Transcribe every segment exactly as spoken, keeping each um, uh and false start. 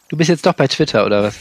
Du bist jetzt doch bei Twitter, oder was?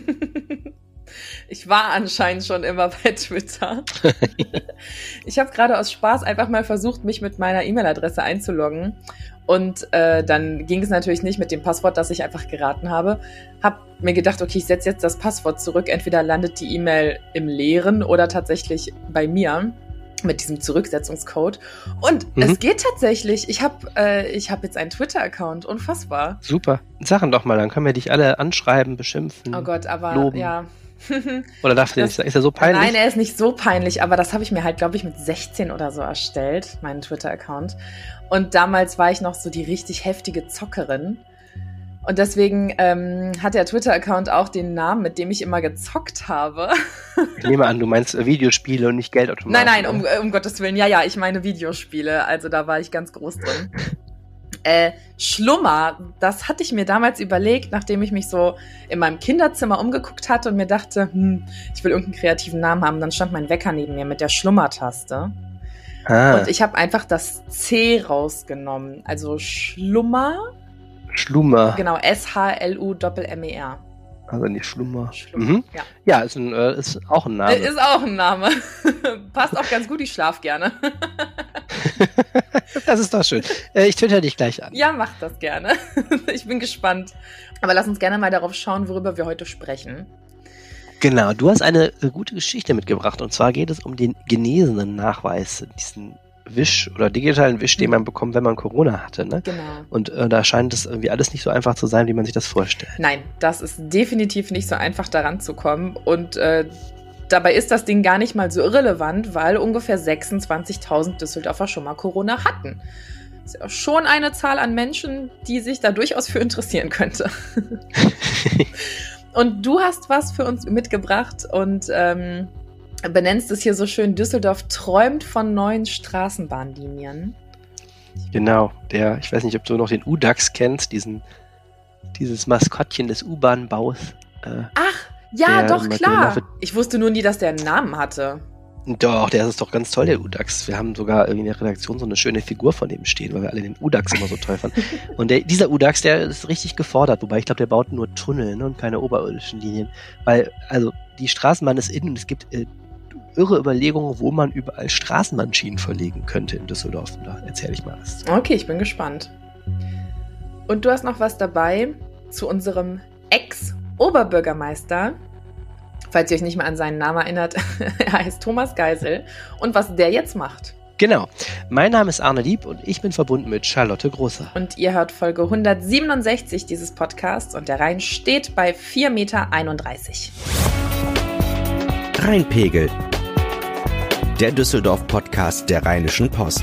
Ich war anscheinend schon immer bei Twitter. Ich habe gerade aus Spaß einfach mal versucht, mich mit meiner E-Mail-Adresse einzuloggen. Und äh, dann ging es natürlich nicht mit dem Passwort, das ich einfach geraten habe. Hab mir gedacht, okay, ich setze jetzt das Passwort zurück. Entweder landet die E-Mail im Leeren oder tatsächlich bei mir mit diesem Zurücksetzungscode. Und mhm. es geht tatsächlich. Ich habe äh, ich hab jetzt einen Twitter-Account. Unfassbar. Super. Sag ihn doch mal, dann können wir dich alle anschreiben, beschimpfen, Oh Gott, aber loben. ja... Oder darf der nicht, ist er so peinlich? Nein, er ist nicht so peinlich, aber das habe ich mir halt, glaube ich, mit sechzehn oder so erstellt, meinen Twitter-Account. Und damals war ich noch so die richtig heftige Zockerin. Und deswegen ähm, hat der Twitter-Account auch den Namen, mit dem ich immer gezockt habe. Ich nehme an, du meinst Videospiele und nicht Geldautomaten. Nein, nein, um, um Gottes Willen. Ja, ja, ich meine Videospiele. Also da war ich ganz groß drin. Äh, Schlummer, das hatte ich mir damals überlegt, nachdem ich mich so in meinem Kinderzimmer umgeguckt hatte und mir dachte, hm, ich will irgendeinen kreativen Namen haben. Dann stand mein Wecker neben mir mit der Schlummertaste. Ah. Und ich habe einfach das C rausgenommen. Also Schlummer. Schlummer. Genau, S H L U M E R. Also nicht Schlummer. Schlummer. Mhm. Ja, ja ist, ein, äh, ist auch ein Name. Ist auch ein Name. Passt auch ganz gut, ich schlaf gerne. Das ist doch schön. Äh, ich twitter dich gleich an. Ja, mach das gerne. Ich bin gespannt. Aber lass uns gerne mal darauf schauen, worüber wir heute sprechen. Genau, du hast eine äh, gute Geschichte mitgebracht. Und zwar geht es um den genesenen Nachweis, diesen Wisch oder digitalen Wisch, den man bekommt, wenn man Corona hatte. Ne? Genau. Und äh, da scheint es irgendwie alles nicht so einfach zu sein, wie man sich das vorstellt. Nein, das ist definitiv nicht so einfach, daran zu kommen. Und äh, dabei ist das Ding gar nicht mal so irrelevant, weil ungefähr sechsundzwanzigtausend Düsseldorfer schon mal Corona hatten. Das ist ja schon eine Zahl an Menschen, die sich da durchaus für interessieren könnte. Und du hast was für uns mitgebracht und ähm, benennst es hier so schön, Düsseldorf träumt von neuen Straßenbahnlinien. Genau, der, ich weiß nicht, ob du noch den U DAX kennst, diesen, dieses Maskottchen des U-Bahn-Baus. Äh, Ach, ja, doch, klar. Ich wusste nur nie, dass der einen Namen hatte. Doch, der ist doch ganz toll, der U DAX. Wir haben sogar in der Redaktion so eine schöne Figur von dem stehen, weil wir alle den U DAX immer so toll fanden. Und der, dieser U DAX, der ist richtig gefordert, wobei ich glaube, der baut nur Tunnel, ne, und keine oberirdischen Linien. Weil, also, die Straßenbahn ist innen und es gibt äh, irre Überlegungen, wo man überall Straßenbahnschienen verlegen könnte in Düsseldorf. Da erzähle ich mal was. Okay, ich bin gespannt. Und du hast noch was dabei zu unserem Ex-Oberbürgermeister. Falls ihr euch nicht mehr an seinen Namen erinnert, er heißt Thomas Geisel. Und was der jetzt macht. Genau. Mein Name ist Arne Lieb und ich bin verbunden mit Charlotte Großer. Und ihr hört Folge hundertsiebenundsechzig dieses Podcasts und der Rhein steht bei vier Komma einunddreißig Meter. Rheinpegel. Der Düsseldorf-Podcast der Rheinischen Post.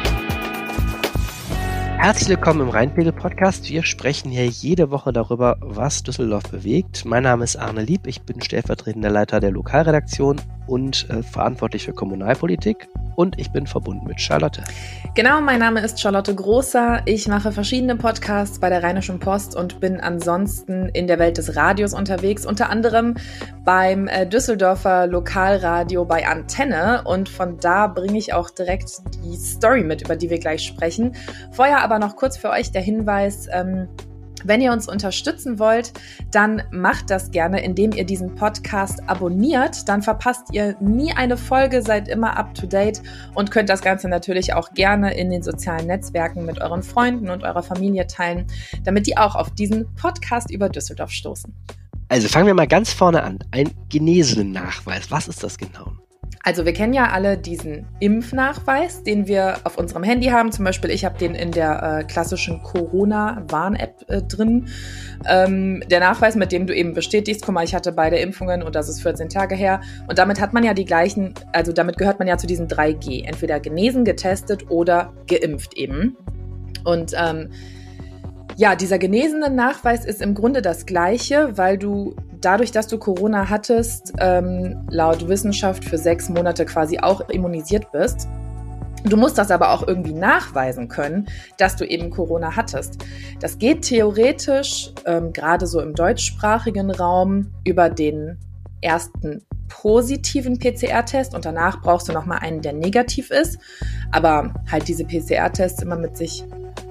Herzlich willkommen im Rheinpegel-Podcast. Wir sprechen hier jede Woche darüber, was Düsseldorf bewegt. Mein Name ist Arne Lieb, ich bin stellvertretender Leiter der Lokalredaktion und äh, verantwortlich für Kommunalpolitik. Und ich bin verbunden mit Charlotte. Genau, mein Name ist Charlotte Großer. Ich mache verschiedene Podcasts bei der Rheinischen Post und bin ansonsten in der Welt des Radios unterwegs, unter anderem beim äh, Düsseldorfer Lokalradio bei Antenne. Und von da bringe ich auch direkt die Story mit, über die wir gleich sprechen. Vorher aber noch kurz für euch der Hinweis, ähm, wenn ihr uns unterstützen wollt, dann macht das gerne, indem ihr diesen Podcast abonniert. Dann verpasst ihr nie eine Folge, seid immer up to date und könnt das Ganze natürlich auch gerne in den sozialen Netzwerken mit euren Freunden und eurer Familie teilen, damit die auch auf diesen Podcast über Düsseldorf stoßen. Also fangen wir mal ganz vorne an. Ein Genesenen-Nachweis. Was ist das genau? Also wir kennen ja alle diesen Impfnachweis, den wir auf unserem Handy haben. Zum Beispiel, ich habe den in der äh, klassischen Corona-Warn-App äh, drin. Ähm, der Nachweis, mit dem du eben bestätigst, guck mal, ich hatte beide Impfungen und das ist vierzehn Tage her. Und damit hat man ja die gleichen, also damit gehört man ja zu diesen drei G. Entweder genesen, getestet oder geimpft eben. Und ähm, ja, dieser genesene Nachweis ist im Grunde das Gleiche, weil du dadurch, dass du Corona hattest, ähm, laut Wissenschaft für sechs Monate quasi auch immunisiert bist. Du musst das aber auch irgendwie nachweisen können, dass du eben Corona hattest. Das geht theoretisch, ähm, gerade so im deutschsprachigen Raum, über den ersten positiven P C R-Test und danach brauchst du nochmal einen, der negativ ist. Aber halt diese P C R-Tests immer mit sich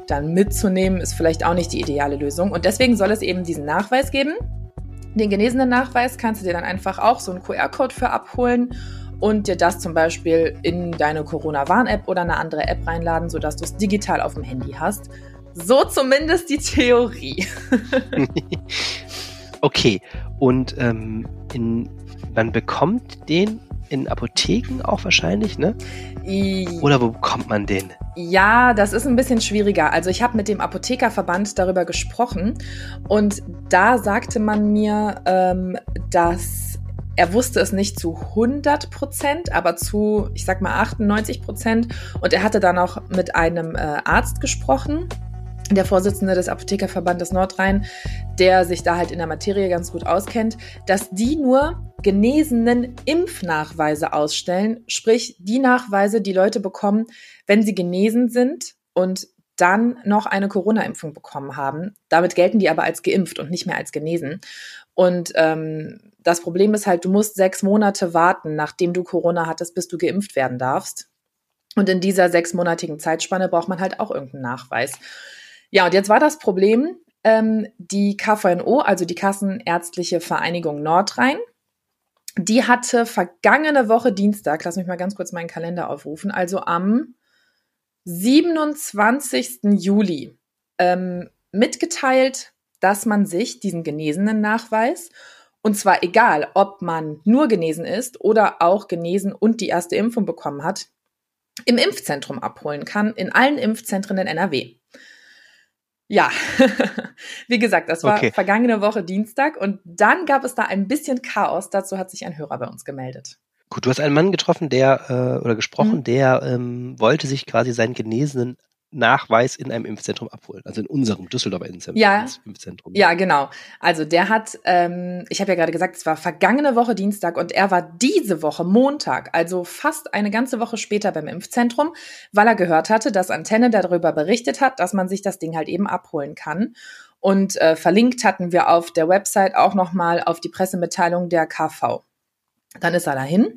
dann mitzunehmen, ist vielleicht auch nicht die ideale Lösung. Und deswegen soll es eben diesen Nachweis geben. Den genesenen Nachweis kannst du dir dann einfach auch so einen Q R-Code für abholen und dir das zum Beispiel in deine Corona-Warn-App oder eine andere App reinladen, sodass du es digital auf dem Handy hast. So zumindest die Theorie. Okay, und ähm, in, man bekommt den in Apotheken auch wahrscheinlich, ne? I- Oder wo bekommt man den? Ja, das ist ein bisschen schwieriger. Also ich habe mit dem Apothekerverband darüber gesprochen und da sagte man mir, ähm, dass er wusste es nicht zu hundert Prozent, aber zu, ich sag mal, achtundneunzig Prozent. Und er hatte dann auch mit einem äh, Arzt gesprochen, der Vorsitzende des Apothekerverbandes Nordrhein, der sich da halt in der Materie ganz gut auskennt, dass die nur genesenen Impfnachweise ausstellen, sprich die Nachweise, die Leute bekommen, wenn sie genesen sind und dann noch eine Corona-Impfung bekommen haben. Damit gelten die aber als geimpft und nicht mehr als genesen. Und ähm, das Problem ist halt, du musst sechs Monate warten, nachdem du Corona hattest, bis du geimpft werden darfst. Und in dieser sechsmonatigen Zeitspanne braucht man halt auch irgendeinen Nachweis. Ja, und jetzt war das Problem, ähm, die K V N O, also die Kassenärztliche Vereinigung Nordrhein, die hatte vergangene Woche Dienstag, lass mich mal ganz kurz meinen Kalender aufrufen, also am siebenundzwanzigsten Juli ähm, mitgeteilt, dass man sich diesen genesenen Nachweis, und zwar egal, ob man nur genesen ist oder auch genesen und die erste Impfung bekommen hat, im Impfzentrum abholen kann, in allen Impfzentren in N R W. Ja, wie gesagt, das war Okay. vergangene Woche Dienstag und dann gab es da ein bisschen Chaos. Dazu hat sich ein Hörer bei uns gemeldet. Gut, du hast einen Mann getroffen, der, äh, oder gesprochen, Mhm. der ähm, wollte sich quasi seinen genesenen Nachweis in einem Impfzentrum abholen. Also in unserem Düsseldorfer Impfzentrum. Ja. Impfzentrum. Ja, genau. Also der hat, ähm, ich habe ja gerade gesagt, es war vergangene Woche Dienstag und er war diese Woche Montag, also fast eine ganze Woche später beim Impfzentrum, weil er gehört hatte, dass Antenne darüber berichtet hat, dass man sich das Ding halt eben abholen kann. Und äh, verlinkt hatten wir auf der Website auch nochmal auf die Pressemitteilung der K V. Dann ist er dahin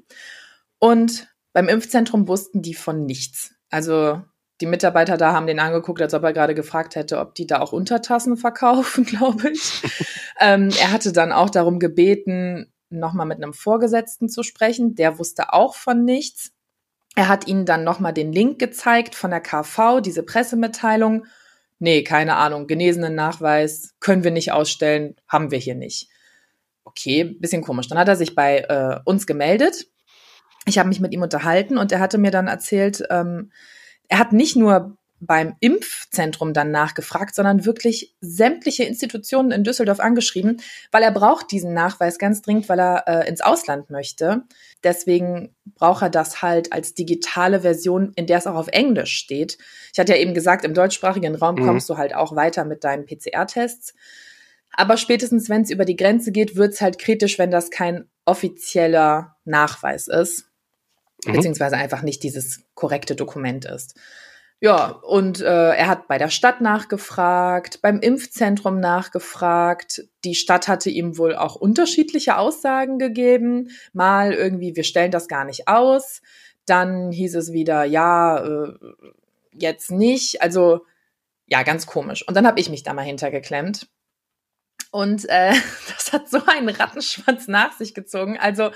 und beim Impfzentrum wussten die von nichts. Also die Mitarbeiter da haben den angeguckt, als ob er gerade gefragt hätte, ob die da auch Untertassen verkaufen, glaube ich. ähm, er hatte dann auch darum gebeten, nochmal mit einem Vorgesetzten zu sprechen. Der wusste auch von nichts. Er hat ihnen dann nochmal den Link gezeigt von der K V, diese Pressemitteilung. Nee, keine Ahnung, genesenen Nachweis können wir nicht ausstellen, haben wir hier nicht. Okay, bisschen komisch. Dann hat er sich bei äh, uns gemeldet. Ich habe mich mit ihm unterhalten und er hatte mir dann erzählt, ähm, er hat nicht nur beim Impfzentrum dann nachgefragt, sondern wirklich sämtliche Institutionen in Düsseldorf angeschrieben, weil er braucht diesen Nachweis ganz dringend, weil er äh, ins Ausland möchte. Deswegen braucht er das halt als digitale Version, in der es auch auf Englisch steht. Ich hatte ja eben gesagt, im deutschsprachigen Raum Mhm. kommst du halt auch weiter mit deinen P C R-Tests. Aber spätestens, wenn es über die Grenze geht, wird es halt kritisch, wenn das kein offizieller Nachweis ist. Mhm. Beziehungsweise einfach nicht dieses korrekte Dokument ist. Ja, und äh, er hat bei der Stadt nachgefragt, beim Impfzentrum nachgefragt. Die Stadt hatte ihm wohl auch unterschiedliche Aussagen gegeben. Mal irgendwie, wir stellen das gar nicht aus. Dann hieß es wieder, ja, äh, jetzt nicht. Also, ja, ganz komisch. Und dann habe ich mich da mal hintergeklemmt. Und äh, das hat so einen Rattenschwanz nach sich gezogen. Also,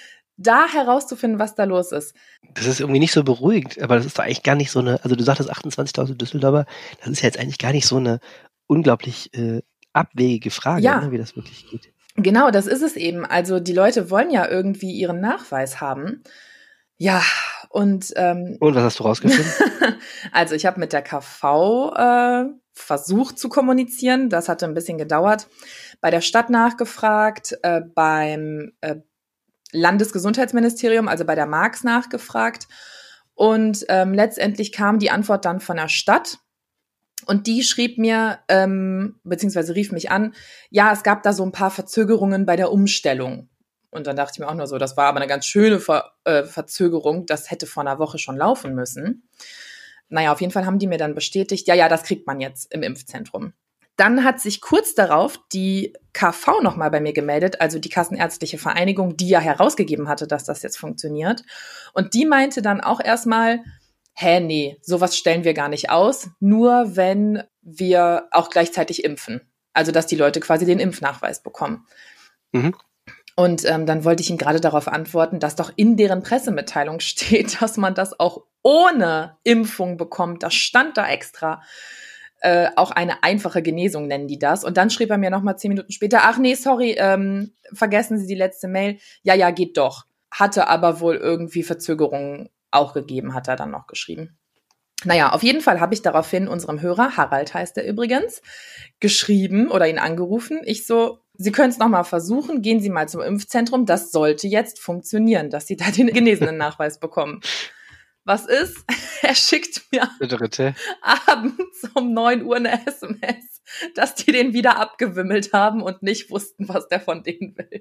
da herauszufinden, was da los ist. Das ist irgendwie nicht so beruhigend, aber das ist doch eigentlich gar nicht so eine, also du sagtest achtundzwanzigtausend Düsseldorfer, das ist ja jetzt eigentlich gar nicht so eine unglaublich äh, abwegige Frage, Ja. ne, wie das wirklich geht. Genau, das ist es eben. Also die Leute wollen ja irgendwie ihren Nachweis haben. Ja, und ähm, Und was hast du rausgefunden? also ich habe mit der K V äh, versucht zu kommunizieren. Das hatte ein bisschen gedauert. Bei der Stadt nachgefragt, äh, beim äh, Landesgesundheitsministerium, also bei der Marx nachgefragt. Und ähm, letztendlich kam die Antwort dann von der Stadt. Und die schrieb mir, ähm, beziehungsweise rief mich an, ja, es gab da so ein paar Verzögerungen bei der Umstellung. Und dann dachte ich mir auch nur so, das war aber eine ganz schöne Ver- äh, Verzögerung. Das hätte vor einer Woche schon laufen müssen. Naja, auf jeden Fall haben die mir dann bestätigt, ja, ja, das kriegt man jetzt im Impfzentrum. Dann hat sich kurz darauf die K V nochmal bei mir gemeldet, also die Kassenärztliche Vereinigung, die ja herausgegeben hatte, dass das jetzt funktioniert. Und die meinte dann auch erstmal, hä, nee, sowas stellen wir gar nicht aus, nur wenn wir auch gleichzeitig impfen. Also, dass die Leute quasi den Impfnachweis bekommen. Mhm. Und ähm, dann wollte ich ihm gerade darauf antworten, dass doch in deren Pressemitteilung steht, dass man das auch ohne Impfung bekommt. Das stand da extra. Äh, auch eine einfache Genesung nennen die das. Und dann schrieb er mir noch mal zehn Minuten später, ach nee, sorry, ähm, vergessen Sie die letzte Mail. Ja, ja, geht doch. Hatte aber wohl irgendwie Verzögerungen auch gegeben, hat er dann noch geschrieben. Naja, auf jeden Fall habe ich daraufhin unserem Hörer, Harald heißt er übrigens, geschrieben oder ihn angerufen. Ich so, Sie können es nochmal versuchen, gehen Sie mal zum Impfzentrum. Das sollte jetzt funktionieren, dass Sie da den genesenen Nachweis bekommen. Was ist? Er schickt mir Bitte. abends um neun Uhr eine S M S, dass die den wieder abgewimmelt haben und nicht wussten, was der von denen will.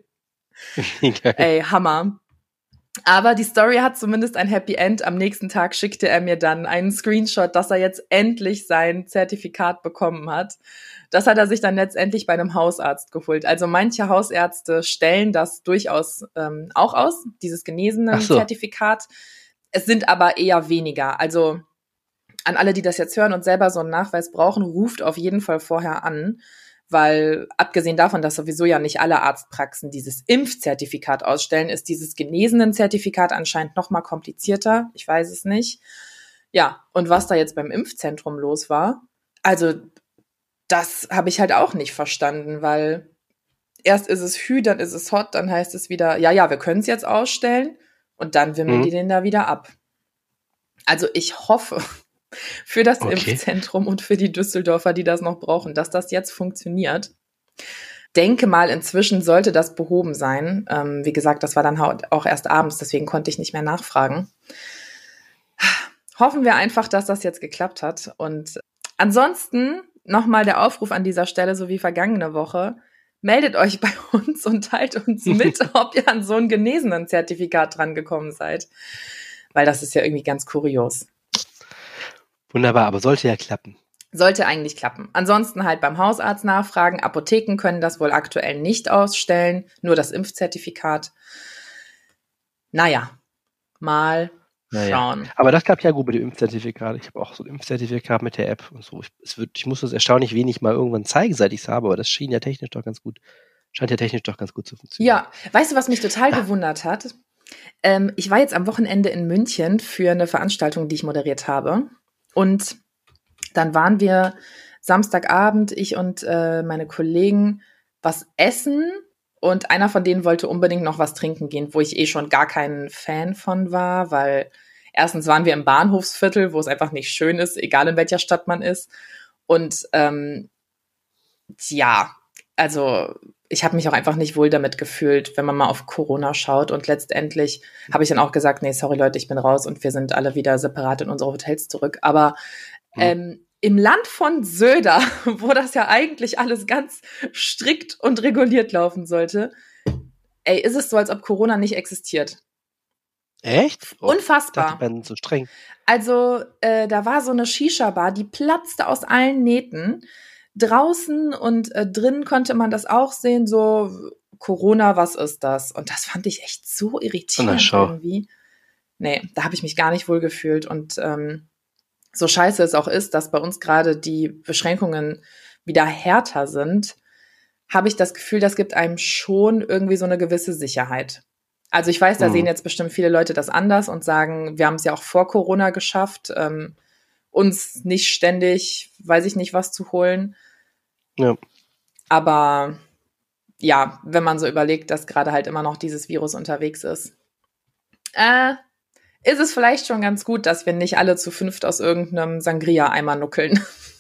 Ey, Hammer. Aber die Story hat zumindest ein Happy End. Am nächsten Tag schickte er mir dann einen Screenshot, dass er jetzt endlich sein Zertifikat bekommen hat. Das hat er sich dann letztendlich bei einem Hausarzt geholt. Also manche Hausärzte stellen das durchaus ähm, auch aus, dieses genesene so. Zertifikat. Es sind aber eher weniger. Also an alle, die das jetzt hören und selber so einen Nachweis brauchen, ruft auf jeden Fall vorher an. Weil abgesehen davon, dass sowieso ja nicht alle Arztpraxen dieses Impfzertifikat ausstellen, ist dieses genesenen Zertifikat anscheinend noch mal komplizierter. Ich weiß es nicht. Ja, und was da jetzt beim Impfzentrum los war, also das habe ich halt auch nicht verstanden, weil erst ist es Hü, dann ist es Hot, dann heißt es wieder, ja, ja, wir können es jetzt ausstellen und dann wimmeln mhm. die den da wieder ab. Also ich hoffe für das okay. Impfzentrum und für die Düsseldorfer, die das noch brauchen, dass das jetzt funktioniert. Denke mal, inzwischen sollte das behoben sein. Ähm, wie gesagt, das war dann auch erst abends, deswegen konnte ich nicht mehr nachfragen. Hoffen wir einfach, dass das jetzt geklappt hat. Und ansonsten nochmal der Aufruf an dieser Stelle, so wie vergangene Woche. Meldet euch bei uns und teilt uns mit, ob ihr an so ein genesenen Zertifikat drangekommen seid. Weil das ist ja irgendwie ganz kurios. Wunderbar, aber sollte ja klappen. Sollte eigentlich klappen. Ansonsten halt beim Hausarzt nachfragen. Apotheken können das wohl aktuell nicht ausstellen, nur das Impfzertifikat. Naja, mal naja. schauen. Aber das klappt ja gut mit dem Impfzertifikat. Ich habe auch so ein Impfzertifikat mit der App und so. Ich, es wird, ich muss das erstaunlich wenig mal irgendwann zeigen, seit ich es habe, aber das schien ja technisch doch ganz gut, scheint ja technisch doch ganz gut zu funktionieren. Ja, weißt du, was mich total ah. gewundert hat? Ähm, ich war jetzt am Wochenende in München für eine Veranstaltung, die ich moderiert habe. Und dann waren wir Samstagabend, ich und äh, meine Kollegen, was essen. Und einer von denen wollte unbedingt noch was trinken gehen, wo ich eh schon gar kein Fan von war, weil erstens waren wir im Bahnhofsviertel, wo es einfach nicht schön ist, egal in welcher Stadt man ist. Und ähm, ja, also ich habe mich auch einfach nicht wohl damit gefühlt, wenn man mal auf Corona schaut. Und letztendlich habe ich dann auch gesagt, nee, sorry Leute, ich bin raus und wir sind alle wieder separat in unsere Hotels zurück. Aber mhm. ähm, im Land von Söder, wo das ja eigentlich alles ganz strikt und reguliert laufen sollte, ey, ist es so, als ob Corona nicht existiert. Echt? Oh, Unfassbar. Ich dachte, die sind so streng. Also äh, da war so eine Shisha-Bar, die platzte aus allen Nähten. Draußen und äh, drin konnte man das auch sehen, so Corona, was ist das? Und das fand ich echt so irritierend irgendwie. Nee, da habe ich mich gar nicht wohl gefühlt. Und ähm, so scheiße es auch ist, dass bei uns gerade die Beschränkungen wieder härter sind, habe ich das Gefühl, das gibt einem schon irgendwie so eine gewisse Sicherheit. Also ich weiß, da mhm. sehen jetzt bestimmt viele Leute das anders und sagen, wir haben es ja auch vor Corona geschafft, ähm, uns nicht ständig, weiß ich nicht, was zu holen. Ja. Aber ja, wenn man so überlegt, dass gerade halt immer noch dieses Virus unterwegs ist, äh, ist es vielleicht schon ganz gut, dass wir nicht alle zu fünft aus irgendeinem Sangria-Eimer nuckeln.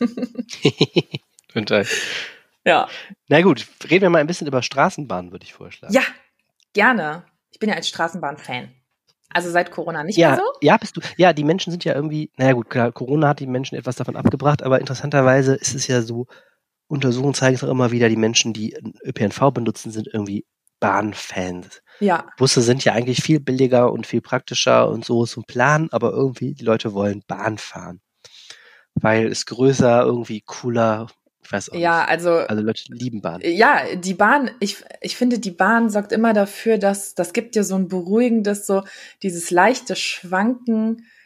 Total. Ja. Na gut, reden wir mal ein bisschen über Straßenbahnen, würde ich vorschlagen. Ja, gerne. Ich bin ja ein Straßenbahn-Fan. Also seit Corona nicht ja, mehr so? Ja, bist du. Ja, die Menschen sind ja irgendwie, naja gut, klar, Corona hat die Menschen etwas davon abgebracht, aber interessanterweise ist es ja so, Untersuchungen zeigen es auch immer wieder, die Menschen, die Ö P N V benutzen, sind irgendwie Bahnfans. Ja. Busse sind ja eigentlich viel billiger und viel praktischer und so zum Planen, aber irgendwie die Leute wollen Bahn fahren. Weil es größer, irgendwie cooler, ich weiß auch ja, nicht. Also, also Leute lieben Bahn. Ja, die Bahn, ich, ich finde, die Bahn sorgt immer dafür, dass, das gibt dir so ein beruhigendes, so dieses leichte Schwanken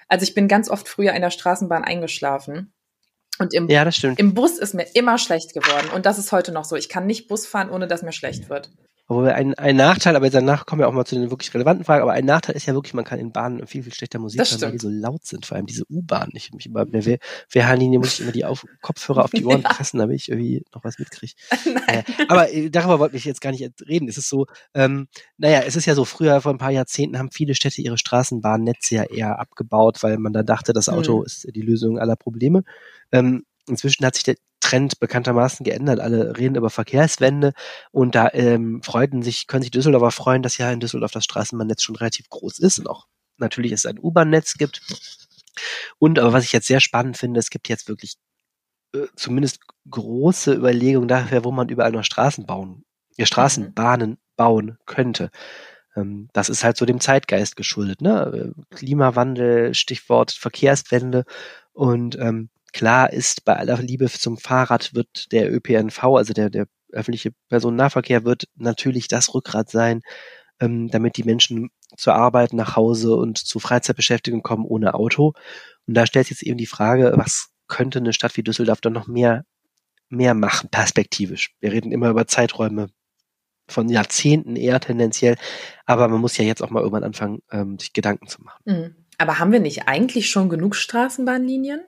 Also ich bin ganz oft früher in der Straßenbahn eingeschlafen. Und im, ja, das stimmt. im Bus ist mir immer schlecht geworden. Und das ist heute noch so. Ich kann nicht Bus fahren, ohne dass mir schlecht wird. Obwohl ein, ein Nachteil, aber danach kommen wir auch mal zu den wirklich relevanten Fragen, aber ein Nachteil ist ja wirklich, man kann in Bahnen viel, viel schlechter Musik hören, weil die so laut sind, vor allem diese U-Bahn. Ich mich immer, der W H-Linie muss ich immer die auf, Kopfhörer auf die Ohren ja. pressen, damit ich irgendwie noch was mitkriege. Äh, aber äh, darüber wollte ich jetzt gar nicht reden. Es ist so, ähm, naja, es ist ja so, früher vor ein paar Jahrzehnten haben viele Städte ihre Straßenbahnnetze ja eher abgebaut, weil man da dachte, das Auto mhm. ist die Lösung aller Probleme. Ähm, inzwischen hat sich der Trend bekanntermaßen geändert. Alle reden über Verkehrswende und da ähm, freuen sich, können sich Düsseldorfer freuen, dass ja in Düsseldorf das Straßenbahnnetz schon relativ groß ist und auch natürlich es ein U-Bahn-Netz gibt. Und aber was ich jetzt sehr spannend finde, es gibt jetzt wirklich äh, zumindest große Überlegungen dafür, wo man überall noch Straßen bauen, ja, Straßenbahnen mhm. bauen könnte. Ähm, das ist halt so dem Zeitgeist geschuldet, ne? Klimawandel, Stichwort Verkehrswende und ähm, klar ist, bei aller Liebe zum Fahrrad wird der Ö P N V, also der, der öffentliche Personennahverkehr, wird natürlich das Rückgrat sein, ähm, damit die Menschen zur Arbeit, nach Hause und zu Freizeitbeschäftigung kommen ohne Auto. Und da stellt sich jetzt eben die Frage, was könnte eine Stadt wie Düsseldorf dann noch mehr, mehr machen, perspektivisch? Wir reden immer über Zeiträume von Jahrzehnten eher tendenziell, aber man muss ja jetzt auch mal irgendwann anfangen, ähm, sich Gedanken zu machen. Mhm. Aber haben wir nicht eigentlich schon genug Straßenbahnlinien?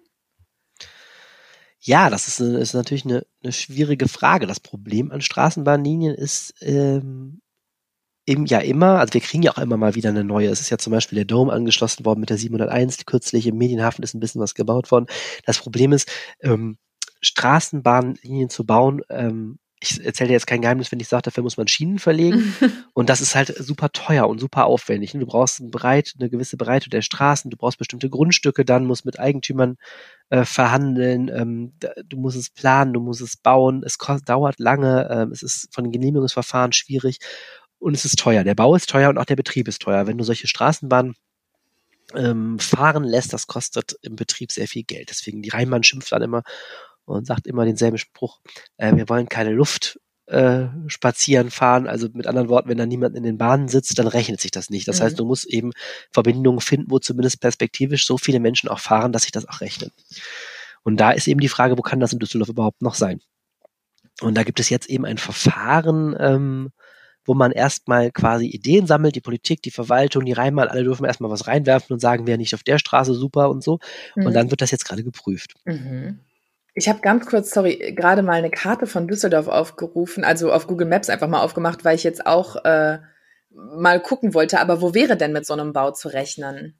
Ja, das ist, eine, ist natürlich eine, eine schwierige Frage. Das Problem an Straßenbahnlinien ist ähm, eben ja immer, also wir kriegen ja auch immer mal wieder eine neue. Es ist ja zum Beispiel der Dome angeschlossen worden mit der siebenhunderteins, kürzlich im Medienhafen ist ein bisschen was gebaut worden. Das Problem ist, ähm, Straßenbahnlinien zu bauen, ähm, ich erzähle dir jetzt kein Geheimnis, wenn ich sage, dafür muss man Schienen verlegen. Und das ist halt super teuer und super aufwendig. Du brauchst ein Breit, eine gewisse Breite der Straßen, du brauchst bestimmte Grundstücke, dann musst mit Eigentümern äh, verhandeln, ähm, du musst es planen, du musst es bauen. Es kostet, dauert lange, ähm, es ist von den Genehmigungsverfahren schwierig und es ist teuer. Der Bau ist teuer und auch der Betrieb ist teuer. Wenn du solche Straßenbahnen ähm, fahren lässt, das kostet im Betrieb sehr viel Geld. Deswegen die Rheinbahn schimpft dann immer und sagt immer denselben Spruch, äh, wir wollen keine Luft äh, spazieren fahren, also mit anderen Worten, wenn da niemand in den Bahnen sitzt, dann rechnet sich das nicht. Das mhm. heißt, du musst eben Verbindungen finden, wo zumindest perspektivisch so viele Menschen auch fahren, dass sich das auch rechnet. Und da ist eben die Frage, wo kann das in Düsseldorf überhaupt noch sein? Und da gibt es jetzt eben ein Verfahren, ähm, wo man erstmal quasi Ideen sammelt, die Politik, die Verwaltung, die Rheinbahn, alle dürfen erstmal was reinwerfen und sagen, wer nicht auf der Straße, super und so. Mhm. Und dann wird das jetzt gerade geprüft. Mhm. Ich habe ganz kurz, sorry, gerade mal eine Karte von Düsseldorf aufgerufen, also auf Google Maps einfach mal aufgemacht, weil ich jetzt auch äh, mal gucken wollte. Aber wo wäre denn mit so einem Bau zu rechnen?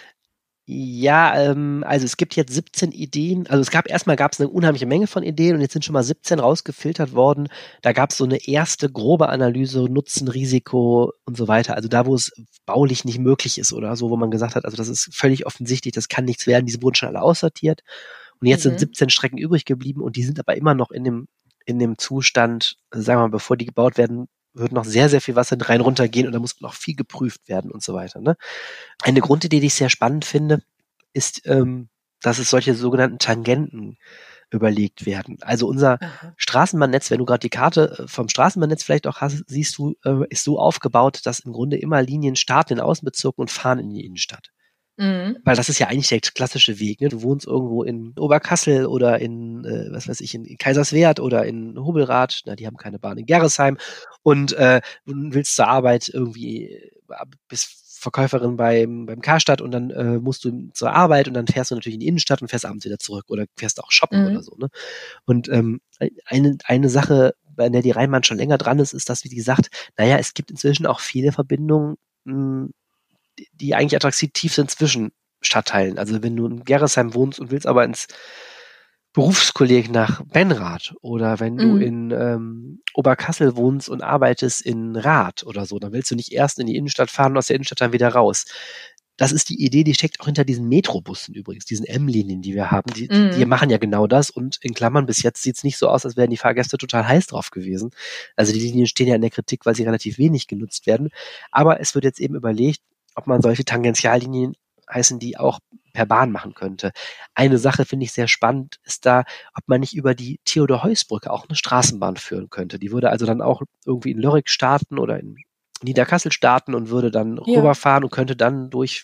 Ja, ähm, also es gibt jetzt siebzehn Ideen. Also es gab erstmal gab es eine unheimliche Menge von Ideen und jetzt sind schon mal siebzehn rausgefiltert worden. Da gab es so eine erste grobe Analyse, Nutzen, Risiko und so weiter. Also da, wo es baulich nicht möglich ist oder so, wo man gesagt hat, also das ist völlig offensichtlich, das kann nichts werden. Diese wurden schon alle aussortiert. Und jetzt mhm. sind siebzehn Strecken übrig geblieben und die sind aber immer noch in dem, in dem Zustand, sagen wir mal, bevor die gebaut werden, wird noch sehr, sehr viel Wasser rein runtergehen und da muss noch viel geprüft werden und so weiter. Ne? Eine Grundidee, die ich sehr spannend finde, ist, ähm, dass es solche sogenannten Tangenten überlegt werden. Also unser Aha. Straßenbahnnetz, wenn du gerade die Karte vom Straßenbahnnetz vielleicht auch hast, siehst du, äh, ist so aufgebaut, dass im Grunde immer Linien starten in Außenbezirken und fahren in die Innenstadt. Mhm. Weil das ist ja eigentlich der klassische Weg, ne? Du wohnst irgendwo in Oberkassel oder in, äh, was weiß ich, in, in Kaiserswerth oder in Hobelrath, na, die haben keine Bahn, in Gerresheim und äh, willst zur Arbeit irgendwie, bist Verkäuferin beim, beim Karstadt und dann äh, musst du zur Arbeit und dann fährst du natürlich in die Innenstadt und fährst abends wieder zurück oder fährst auch shoppen mhm. oder so, ne? Und ähm, eine, eine Sache, bei der die Rheinbahn schon länger dran ist, ist, dass, wie gesagt, naja, es gibt inzwischen auch viele Verbindungen, mh, die eigentlich attraktiv sind zwischen Stadtteilen. Also wenn du in Gerresheim wohnst und willst aber ins Berufskolleg nach Benrath oder wenn du mhm. in ähm, Oberkassel wohnst und arbeitest in Rath oder so, dann willst du nicht erst in die Innenstadt fahren und aus der Innenstadt dann wieder raus. Das ist die Idee, die steckt auch hinter diesen Metrobussen übrigens, diesen M-Linien, die wir haben. Die, mhm. die machen ja genau das und in Klammern, bis jetzt sieht es nicht so aus, als wären die Fahrgäste total heiß drauf gewesen. Also die Linien stehen ja in der Kritik, weil sie relativ wenig genutzt werden. Aber es wird jetzt eben überlegt, ob man solche Tangentiallinien heißen, die auch per Bahn machen könnte. Eine Sache finde ich sehr spannend, ist da, ob man nicht über die Theodor-Heuss-Brücke auch eine Straßenbahn führen könnte. Die würde also dann auch irgendwie in Lörrick starten oder in Niederkassel starten und würde dann ja. rüberfahren und könnte dann durch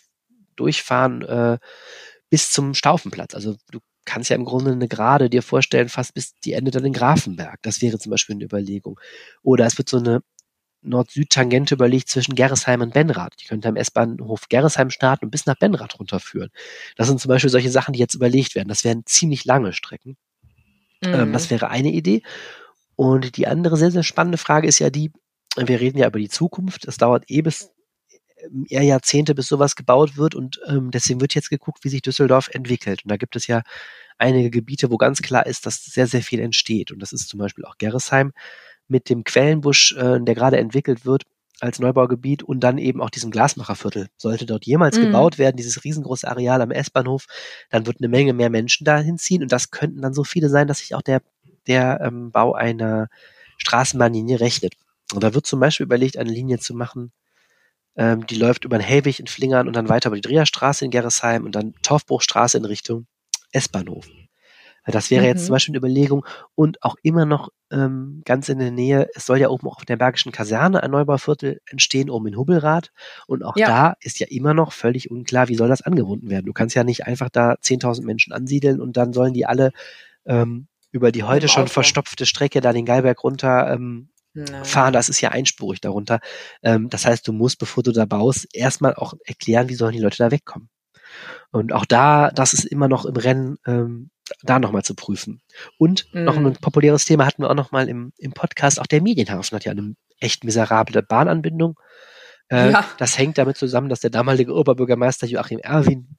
durchfahren äh, bis zum Staufenplatz. Also du kannst ja im Grunde eine Gerade dir vorstellen, fast bis die endet dann in Grafenberg. Das wäre zum Beispiel eine Überlegung. Oder es wird so eine Nord-Süd-Tangente überlegt zwischen Gerresheim und Benrath. Die könnte am S-Bahnhof Gerresheim starten und bis nach Benrath runterführen. Das sind zum Beispiel solche Sachen, die jetzt überlegt werden. Das wären ziemlich lange Strecken. Mhm. Ähm, das wäre eine Idee. Und die andere sehr, sehr spannende Frage ist ja die, wir reden ja über die Zukunft. Es dauert eh bis eher Jahrzehnte, bis sowas gebaut wird. Und ähm, deswegen wird jetzt geguckt, wie sich Düsseldorf entwickelt. Und da gibt es ja einige Gebiete, wo ganz klar ist, dass sehr, sehr viel entsteht. Und das ist zum Beispiel auch Gerresheim mit dem Quellenbusch, äh, der gerade entwickelt wird als Neubaugebiet und dann eben auch diesem Glasmacherviertel. Sollte dort jemals mm. gebaut werden, dieses riesengroße Areal am S-Bahnhof, dann wird eine Menge mehr Menschen dahin ziehen und das könnten dann so viele sein, dass sich auch der, der ähm, Bau einer Straßenbahnlinie rechnet. Und da wird zum Beispiel überlegt, eine Linie zu machen, ähm, die läuft über den Hellwig in Flingern und dann weiter über die Dreherstraße in Gerresheim und dann Torfbruchstraße in Richtung S-Bahnhof. Das wäre mhm. jetzt zum Beispiel eine Überlegung und auch immer noch ähm, ganz in der Nähe, es soll ja oben auch auf der Bergischen Kaserne ein Neubauviertel entstehen, oben in Hubbelrath und auch ja. da ist ja immer noch völlig unklar, wie soll das angebunden werden. Du kannst ja nicht einfach da zehntausend Menschen ansiedeln und dann sollen die alle ähm, über die heute schon verstopfte Strecke da den Geilberg runter ähm, fahren, das ist ja einspurig darunter. Ähm, das heißt, du musst, bevor du da baust, erstmal auch erklären, wie sollen die Leute da wegkommen. Und auch da, das ist immer noch im Rennen, ähm, da nochmal zu prüfen. Und mm. noch ein populäres Thema hatten wir auch nochmal im, im Podcast, auch der Medienhafen hat ja eine echt miserable Bahnanbindung. Äh, ja. Das hängt damit zusammen, dass der damalige Oberbürgermeister Joachim Erwin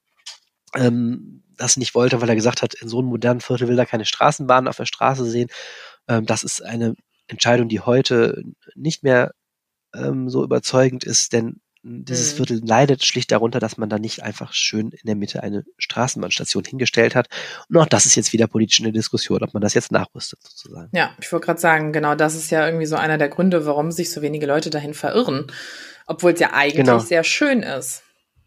ähm, das nicht wollte, weil er gesagt hat, in so einem modernen Viertel will er keine Straßenbahnen auf der Straße sehen. Ähm, das ist eine Entscheidung, die heute nicht mehr ähm, so überzeugend ist, denn dieses Viertel leidet schlicht darunter, dass man da nicht einfach schön in der Mitte eine Straßenbahnstation hingestellt hat. Und auch das ist jetzt wieder politisch eine Diskussion, ob man das jetzt nachrüstet sozusagen. Ja, ich wollte gerade sagen, genau das ist ja irgendwie so einer der Gründe, warum sich so wenige Leute dahin verirren, obwohl es ja eigentlich genau. sehr schön ist.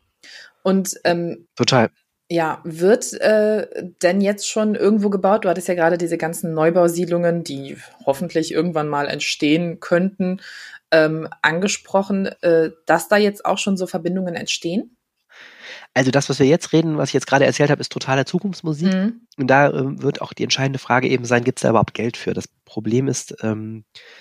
Und ähm, total. Ja, wird äh, denn jetzt schon irgendwo gebaut? Du hattest ja gerade diese ganzen Neubausiedlungen, die hoffentlich irgendwann mal entstehen könnten, ähm, angesprochen, äh, dass da jetzt auch schon so Verbindungen entstehen? Also das, was wir jetzt reden, was ich jetzt gerade erzählt habe, ist totale Zukunftsmusik. Mhm. Und da ähm, wird auch die entscheidende Frage eben sein, gibt es da überhaupt Geld für? Das Problem ist, ähm,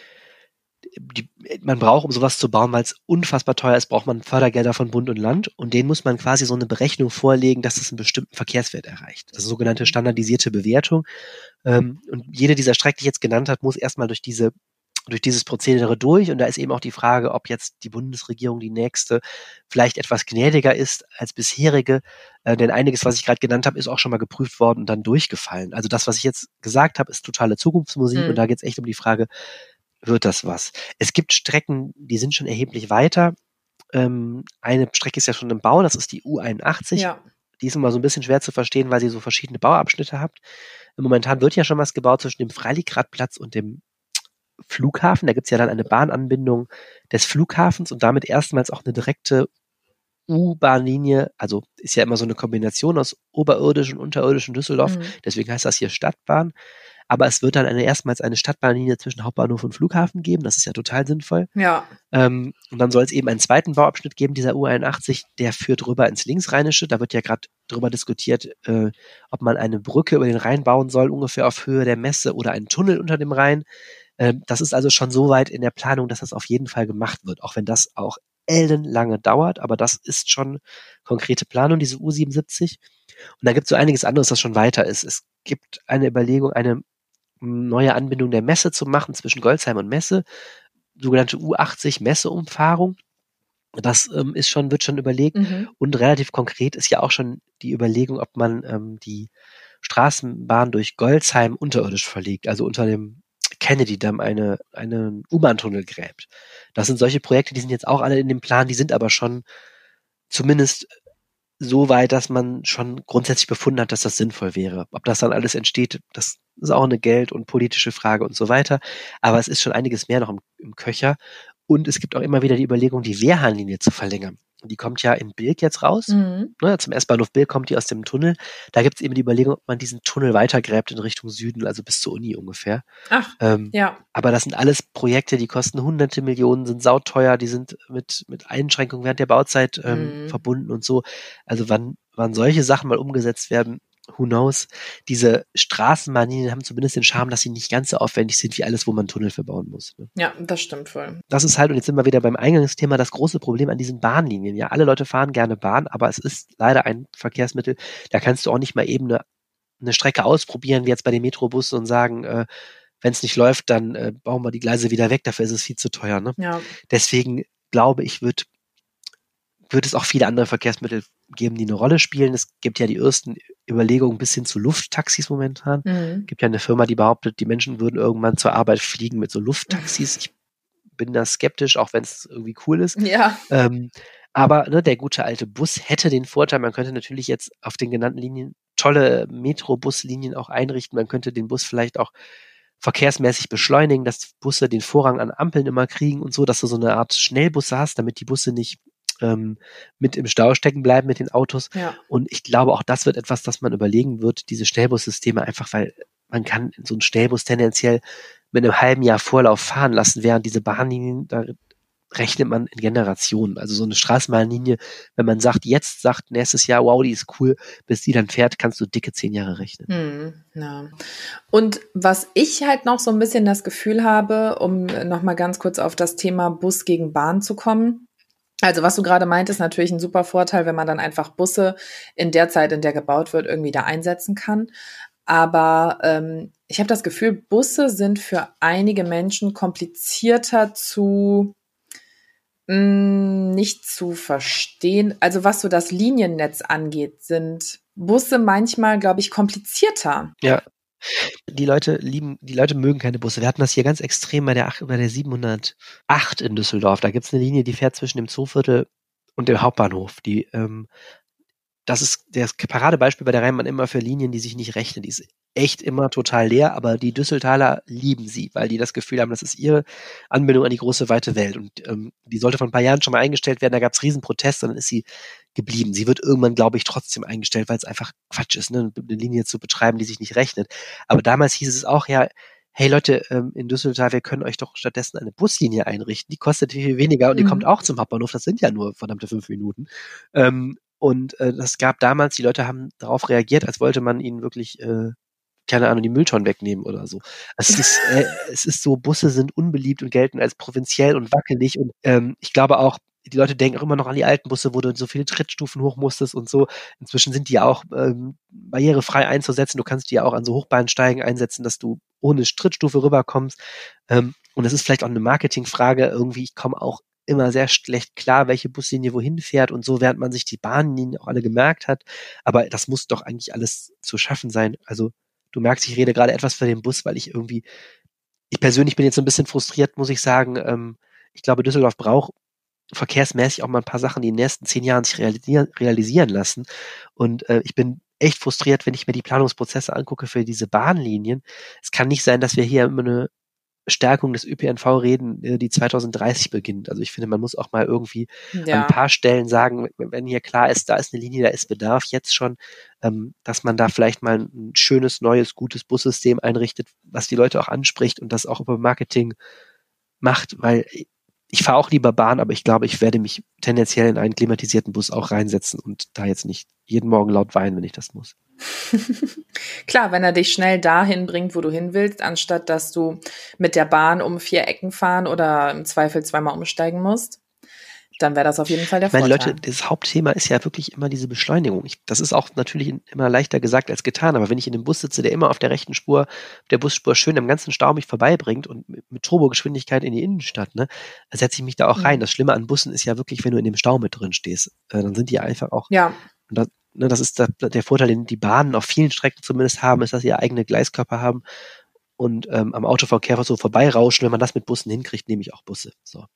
die, man braucht, um sowas zu bauen, weil es unfassbar teuer ist, braucht man Fördergelder von Bund und Land und denen muss man quasi so eine Berechnung vorlegen, dass es einen bestimmten Verkehrswert erreicht. Das ist eine sogenannte standardisierte Bewertung. Ähm, und jede dieser Strecken, die ich jetzt genannt habe, muss erstmal durch diese durch dieses Prozedere durch und da ist eben auch die Frage, ob jetzt die Bundesregierung die nächste vielleicht etwas gnädiger ist als bisherige, äh, denn einiges, was ich gerade genannt habe, ist auch schon mal geprüft worden und dann durchgefallen. Also das, was ich jetzt gesagt habe, ist totale Zukunftsmusik mhm. und da geht es echt um die Frage, wird das was? Es gibt Strecken, die sind schon erheblich weiter. Ähm, eine Strecke ist ja schon im Bau, das ist die U einundachtzig. Ja. Die ist immer so ein bisschen schwer zu verstehen, weil sie so verschiedene Bauabschnitte hat. Momentan wird ja schon was gebaut zwischen dem Freilichtradplatz und dem Flughafen. Da gibt es ja dann eine Bahnanbindung des Flughafens und damit erstmals auch eine direkte U-Bahn-Linie. Also ist ja immer so eine Kombination aus oberirdisch und unterirdisch in Düsseldorf. Mhm. Deswegen heißt das hier Stadtbahn. Aber es wird dann eine, erstmals eine Stadtbahnlinie zwischen Hauptbahnhof und Flughafen geben. Das ist ja total sinnvoll. Ja. Ähm, und dann soll es eben einen zweiten Bauabschnitt geben, dieser U einundachtzig, der führt rüber ins Linksrheinische. Da wird ja gerade drüber diskutiert, äh, ob man eine Brücke über den Rhein bauen soll, ungefähr auf Höhe der Messe oder einen Tunnel unter dem Rhein. Ähm, das ist also schon so weit in der Planung, dass das auf jeden Fall gemacht wird, auch wenn das auch ellenlange dauert. Aber das ist schon konkrete Planung, diese U siebenundsiebzig. Und da gibt es so einiges anderes, das schon weiter ist. Es gibt eine Überlegung, eine neue Anbindung der Messe zu machen zwischen Golzheim und Messe, sogenannte U achtzig Messeumfahrung. Das ähm, ist schon, wird schon überlegt mhm. und relativ konkret ist ja auch schon die Überlegung, ob man ähm, die Straßenbahn durch Golzheim unterirdisch verlegt, also unter dem Kennedy-Damm eine, einen U-Bahn-Tunnel gräbt. Das sind solche Projekte, die sind jetzt auch alle in dem Plan, die sind aber schon zumindest so weit, dass man schon grundsätzlich befunden hat, dass das sinnvoll wäre. Ob das dann alles entsteht, das ist auch eine Geld- und politische Frage und so weiter. Aber es ist schon einiges mehr noch im, im Köcher. Und es gibt auch immer wieder die Überlegung, die Wehrhahnlinie zu verlängern. Die kommt ja in Bilk jetzt raus. Mhm. Ne, zum S-Bahnhof Bilk kommt die aus dem Tunnel. Da gibt es eben die Überlegung, ob man diesen Tunnel weitergräbt in Richtung Süden, also bis zur Uni ungefähr. Ach, ähm, ja. Aber das sind alles Projekte, die kosten hunderte Millionen, sind sauteuer, die sind mit, mit Einschränkungen während der Bauzeit ähm, Mhm. verbunden und so. Also wann, wann solche Sachen mal umgesetzt werden, who knows. Diese Straßenbahnlinien haben zumindest den Charme, dass sie nicht ganz so aufwendig sind wie alles, wo man Tunnel verbauen muss. Ne? Ja, das stimmt wohl. Das ist halt, und jetzt sind wir wieder beim Eingangsthema, das große Problem an diesen Bahnlinien. Ja, alle Leute fahren gerne Bahn, aber es ist leider ein Verkehrsmittel, da kannst du auch nicht mal eben eine, eine Strecke ausprobieren, wie jetzt bei den Metrobussen und sagen, äh, wenn es nicht läuft, dann äh, bauen wir die Gleise wieder weg, dafür ist es viel zu teuer. Ne? Ja. Deswegen glaube ich, wird wird es auch viele andere Verkehrsmittel geben, die eine Rolle spielen. Es gibt ja die ersten Überlegungen bis hin zu Lufttaxis momentan. Mhm. Es gibt ja eine Firma, die behauptet, die Menschen würden irgendwann zur Arbeit fliegen mit so Lufttaxis. Ich bin da skeptisch, auch wenn es irgendwie cool ist. Ja. Ähm, aber ne, der gute alte Bus hätte den Vorteil, man könnte natürlich jetzt auf den genannten Linien tolle Metrobuslinien auch einrichten. Man könnte den Bus vielleicht auch verkehrsmäßig beschleunigen, dass Busse den Vorrang an Ampeln immer kriegen und so, dass du so eine Art Schnellbusse hast, damit die Busse nicht ähm, mit im Stau stecken bleiben mit den Autos. Ja. Und ich glaube, auch das wird etwas, das man überlegen wird, diese Schnellbussysteme, einfach weil man kann so einen Schnellbus tendenziell mit einem halben Jahr Vorlauf fahren lassen, während diese Bahnlinien, da rechnet man in Generationen. Also so eine Straßenbahnlinie, wenn man sagt, jetzt sagt nächstes Jahr, wow, die ist cool, bis die dann fährt, kannst du dicke zehn Jahre rechnen. Hm, ja. Und was ich halt noch so ein bisschen das Gefühl habe, um nochmal ganz kurz auf das Thema Bus gegen Bahn zu kommen. Also was du gerade meintest, natürlich ein super Vorteil, wenn man dann einfach Busse in der Zeit, in der gebaut wird, irgendwie da einsetzen kann. Aber ähm, ich habe das Gefühl, Busse sind für einige Menschen komplizierter zu nicht zu verstehen. Also was so das Liniennetz angeht, sind Busse manchmal, glaube ich, komplizierter. Ja, die Leute lieben, die Leute mögen keine Busse. Wir hatten das hier ganz extrem bei der, bei der siebenhundertacht in Düsseldorf. Da gibt es eine Linie, die fährt zwischen dem Zooviertel und dem Hauptbahnhof. Die, ähm, das ist das Paradebeispiel bei der Rheinbahn immer für Linien, die sich nicht rechnen. Die ist echt immer total leer, aber die Düsseltaler lieben sie, weil die das Gefühl haben, das ist ihre Anbindung an die große, weite Welt. Und ähm, die sollte vor ein paar Jahren schon mal eingestellt werden, da gab es Riesenproteste und dann ist sie geblieben. Sie wird irgendwann, glaube ich, trotzdem eingestellt, weil es einfach Quatsch ist, ne, eine Linie zu betreiben, die sich nicht rechnet. Aber damals hieß es auch, ja, hey Leute, ähm, in Düsseldorf, wir können euch doch stattdessen eine Buslinie einrichten, die kostet viel weniger und die Mhm. kommt auch zum Hauptbahnhof, das sind ja nur verdammte fünf Minuten. Ähm, und äh, das gab damals, die Leute haben darauf reagiert, als wollte man ihnen wirklich äh, keine Ahnung, die Mülltonnen wegnehmen oder so. Es ist, äh, es ist so, Busse sind unbeliebt und gelten als provinziell und wackelig und ähm, ich glaube auch, die Leute denken auch immer noch an die alten Busse, wo du so viele Trittstufen hoch musstest und so. Inzwischen sind die ja auch ähm, barrierefrei einzusetzen. Du kannst die ja auch an so Hochbahnsteigen einsetzen, dass du ohne Trittstufe rüberkommst. Ähm, und es ist vielleicht auch eine Marketingfrage. Irgendwie, ich komme auch immer sehr schlecht klar, welche Buslinie wohin fährt und so, während man sich die Bahnlinien auch alle gemerkt hat. Aber das muss doch eigentlich alles zu schaffen sein. Also du merkst, ich rede gerade etwas für den Bus, weil ich irgendwie, ich persönlich bin jetzt so ein bisschen frustriert, muss ich sagen. Ähm, ich glaube, Düsseldorf braucht verkehrsmäßig auch mal ein paar Sachen, die in den nächsten zehn Jahren sich realisieren, realisieren lassen. Und äh, ich bin echt frustriert, wenn ich mir die Planungsprozesse angucke für diese Bahnlinien. Es kann nicht sein, dass wir hier immer eine Stärkung des Ö P N V reden, die zwanzig dreißig beginnt. Also ich finde, man muss auch mal irgendwie Ja. an ein paar Stellen sagen, wenn hier klar ist, da ist eine Linie, da ist Bedarf jetzt schon, ähm, dass man da vielleicht mal ein schönes, neues, gutes Bussystem einrichtet, was die Leute auch anspricht und das auch über Marketing macht, weil ich fahre auch lieber Bahn, aber ich glaube, ich werde mich tendenziell in einen klimatisierten Bus auch reinsetzen und da jetzt nicht jeden Morgen laut weinen, wenn ich das muss. Klar, wenn er dich schnell dahin bringt, wo du hin willst, anstatt dass du mit der Bahn um vier Ecken fahren oder im Zweifel zweimal umsteigen musst, dann wäre das auf jeden Fall der Ich meine, Vorteil. Leute, das Hauptthema ist ja wirklich immer diese Beschleunigung. Ich, das ist auch natürlich immer leichter gesagt als getan, aber wenn ich in einem Bus sitze, der immer auf der rechten Spur, der Busspur schön im ganzen Stau mich vorbeibringt und mit, mit Turbogeschwindigkeit in die Innenstadt, ne, da setze ich mich da auch Mhm. rein. Das Schlimme an Bussen ist ja wirklich, wenn du in dem Stau mit drin stehst, äh, dann sind die einfach auch, Ja, und das, ne, das ist der, der Vorteil, den die Bahnen auf vielen Strecken zumindest haben, ist, dass sie ja eigene Gleiskörper haben und ähm, am Autoverkehr so vorbeirauschen. Wenn man das mit Bussen hinkriegt, nehme ich auch Busse. So.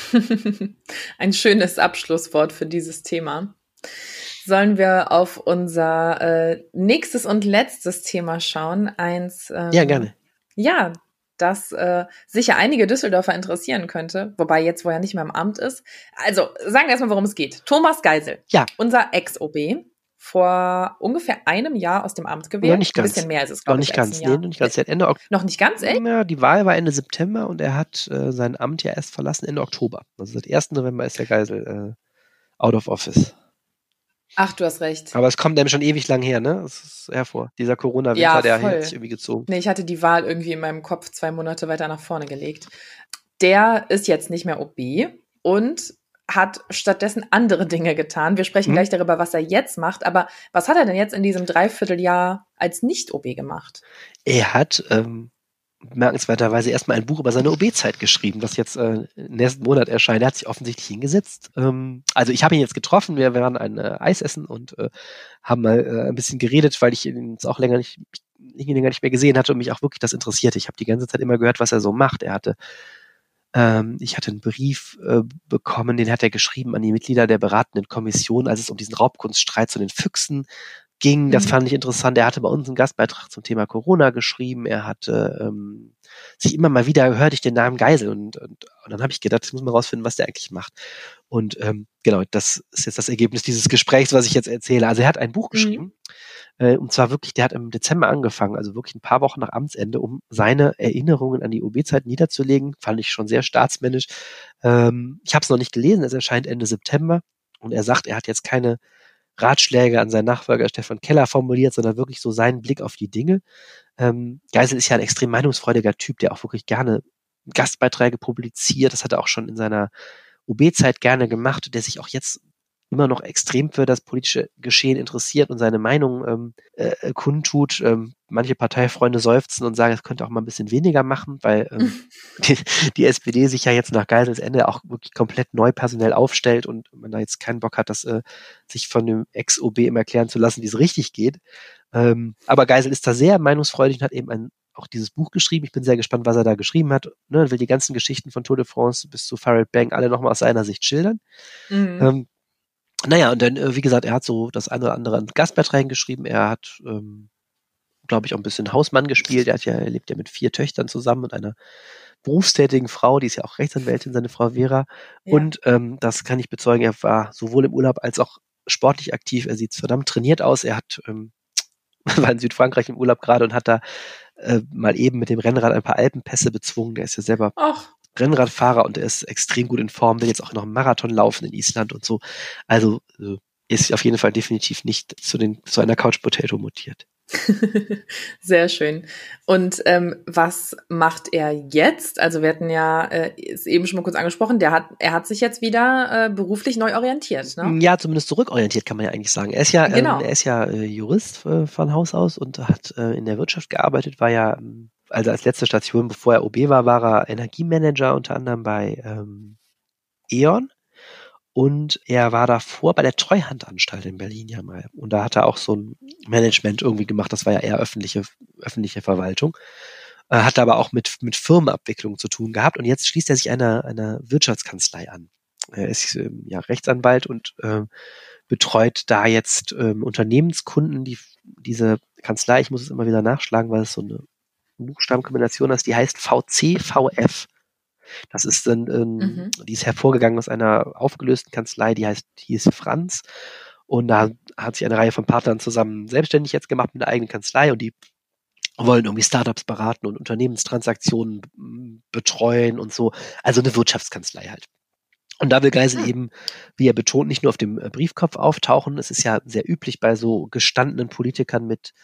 ein schönes Abschlusswort für dieses Thema. Sollen wir auf unser äh, nächstes und letztes Thema schauen? Eins. Ähm, Ja, gerne. Ja, das äh, sicher einige Düsseldorfer interessieren könnte, wobei jetzt, wo er nicht mehr im Amt ist. Also, sagen wir erstmal, worum es geht. Thomas Geisel, ja. Unser Ex-O B, vor ungefähr einem Jahr aus dem Amt gewählt. Noch nicht ganz. Ein bisschen mehr ist es, glaube noch ich. Nicht ganz. Nee, noch nicht ganz. Ende Ok- noch nicht ganz, echt? Ja, die Wahl war Ende September und er hat äh, sein Amt ja erst verlassen Ende Oktober. Also seit ersten November ist der Geisel äh, out of office. Ach, du hast recht. Aber es kommt einem schon ewig lang her, ne? Das ist hervor. Dieser Corona-Winter, Ja, der voll. hat sich irgendwie gezogen. Nee, ich hatte die Wahl irgendwie in meinem Kopf zwei Monate weiter nach vorne gelegt. Der ist jetzt nicht mehr O B und hat stattdessen andere Dinge getan. Wir sprechen Hm. gleich darüber, was er jetzt macht. Aber was hat er denn jetzt in diesem Dreivierteljahr als Nicht-O B gemacht? Er hat ähm, bemerkenswerterweise erstmal ein Buch über seine O B-Zeit geschrieben, das jetzt äh, nächsten Monat erscheint. Er hat sich offensichtlich hingesetzt. Ähm, also ich habe ihn jetzt getroffen, wir waren ein äh, Eis essen und äh, haben mal äh, ein bisschen geredet, weil ich ihn jetzt auch länger nicht, ich ihn länger nicht mehr gesehen hatte und mich auch wirklich das interessierte. Ich habe die ganze Zeit immer gehört, was er so macht. Er hatte ähm, ich hatte einen Brief äh, bekommen, den hat er geschrieben an die Mitglieder der beratenden Kommission, als es um diesen Raubkunststreit zu den Füchsen ging. Das Mhm. fand ich interessant. Er hatte bei uns einen Gastbeitrag zum Thema Corona geschrieben. Er hatte ähm, sich immer mal wieder, hörte ich den Namen Geisel und, und, und dann habe ich gedacht, ich muss mal rausfinden, was der eigentlich macht. Und ähm, genau, das ist jetzt das Ergebnis dieses Gesprächs, was ich jetzt erzähle. Also er hat ein Buch Mhm. geschrieben, äh, und zwar wirklich, der hat im Dezember angefangen, also wirklich ein paar Wochen nach Amtsende, um seine Erinnerungen an die O B-Zeit niederzulegen. Fand ich schon sehr staatsmännisch. Ähm, ich habe es noch nicht gelesen, es erscheint Ende September und er sagt, er hat jetzt keine Ratschläge an seinen Nachfolger Stefan Keller formuliert, sondern wirklich so seinen Blick auf die Dinge. Ähm, Geisel ist ja ein extrem meinungsfreudiger Typ, der auch wirklich gerne Gastbeiträge publiziert. Das hat er auch schon in seiner O B-Zeit gerne gemacht, der sich auch jetzt immer noch extrem für das politische Geschehen interessiert und seine Meinung ähm, äh, kundtut. Ähm, manche Parteifreunde seufzen und sagen, es könnte auch mal ein bisschen weniger machen, weil ähm, die, die S P D sich ja jetzt nach Geisels Ende auch wirklich komplett neu personell aufstellt und man da jetzt keinen Bock hat, das äh, sich von dem Ex-O B immer erklären zu lassen, wie es richtig geht. Ähm, aber Geisel ist da sehr meinungsfreudig und hat eben ein, auch dieses Buch geschrieben. Ich bin sehr gespannt, was er da geschrieben hat. Ne, will die ganzen Geschichten von Tour de France bis zu Farid Bang alle nochmal aus seiner Sicht schildern. Mhm. Ähm, naja, und dann, äh, wie gesagt, er hat so das eine oder andere an Gastbeiträgen geschrieben. Er hat, ähm, glaube ich, auch ein bisschen Hausmann gespielt. Er hat ja, er lebt ja mit vier Töchtern zusammen und einer berufstätigen Frau, die ist ja auch Rechtsanwältin, seine Frau Vera. Ja. Und ähm, das kann ich bezeugen, er war sowohl im Urlaub als auch sportlich aktiv. Er sieht verdammt trainiert aus. Er hat ähm, war in Südfrankreich im Urlaub gerade und hat da äh, mal eben mit dem Rennrad ein paar Alpenpässe bezwungen. Der ist ja selber Ach, Rennradfahrer und er ist extrem gut in Form, will jetzt auch noch einen Marathon laufen in Island und so. Also äh, ist auf jeden Fall definitiv nicht zu den zu einer Couch Potato mutiert. sehr schön. Und ähm, was macht er jetzt? Also wir hatten ja, äh, ist eben schon mal kurz angesprochen, der hat, er hat sich jetzt wieder äh, beruflich neu orientiert, ne? Ja, zumindest zurückorientiert kann man ja eigentlich sagen. Er ist ja, Genau. ähm, er ist ja äh, Jurist äh, von Haus aus und hat äh, in der Wirtschaft gearbeitet, war ja, ähm, also als letzte Station, bevor er O B war, war er Energiemanager unter anderem bei ähm, E.ON. Und er war davor bei der Treuhandanstalt in Berlin ja mal. Und da hat er auch so ein Management irgendwie gemacht. Das war ja eher öffentliche, öffentliche Verwaltung. Äh, hat aber auch mit, mit Firmenabwicklung zu tun gehabt. Und jetzt schließt er sich einer, einer Wirtschaftskanzlei an. Er ist ähm, ja Rechtsanwalt und äh, betreut da jetzt ähm, Unternehmenskunden, die diese Kanzlei, ich muss es immer wieder nachschlagen, weil es so eine Buchstabenkombination ist, die heißt V C V F. Das ist dann, ähm, Mhm. die ist hervorgegangen aus einer aufgelösten Kanzlei, die heißt, die hieß Franz. Und da hat sich eine Reihe von Partnern zusammen selbstständig jetzt gemacht mit einer eigenen Kanzlei und die wollen irgendwie Startups beraten und Unternehmenstransaktionen m, betreuen und so. Also eine Wirtschaftskanzlei halt. Und da will Geisel Ah. eben, wie er betont, nicht nur auf dem äh, Briefkopf auftauchen. Es ist ja sehr üblich bei so gestandenen Politikern mit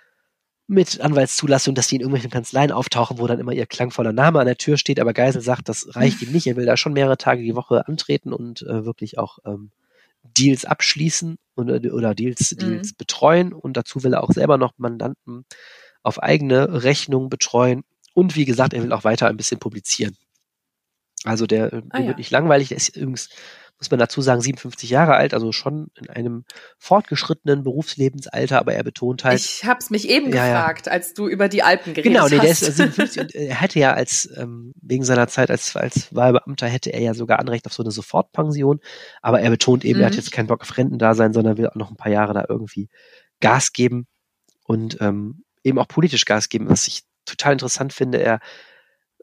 mit Anwaltszulassung, dass die in irgendwelchen Kanzleien auftauchen, wo dann immer ihr klangvoller Name an der Tür steht, aber Geisel sagt, das reicht ihm nicht, er will da schon mehrere Tage die Woche antreten und äh, wirklich auch ähm, Deals abschließen und, oder Deals, Mhm. Deals betreuen und dazu will er auch selber noch Mandanten auf eigene Rechnung betreuen und wie gesagt, er will auch weiter ein bisschen publizieren. Also der, äh, Ah der ja. wird nicht langweilig, der ist übrigens, muss man dazu sagen, siebenundfünfzig Jahre alt, also schon in einem fortgeschrittenen Berufslebensalter, aber er betont halt, Ich hab's mich eben Ja, ja. gefragt, als du über die Alpen geredet genau, nee, der hast. ist siebenundfünfzig und er hätte ja als, ähm, wegen seiner Zeit als, als Wahlbeamter hätte er ja sogar Anrecht auf so eine Sofortpension, aber er betont eben, er hat Mhm. jetzt keinen Bock auf Rentendasein, sondern will auch noch ein paar Jahre da irgendwie Gas geben und ähm, eben auch politisch Gas geben, was ich total interessant finde. Er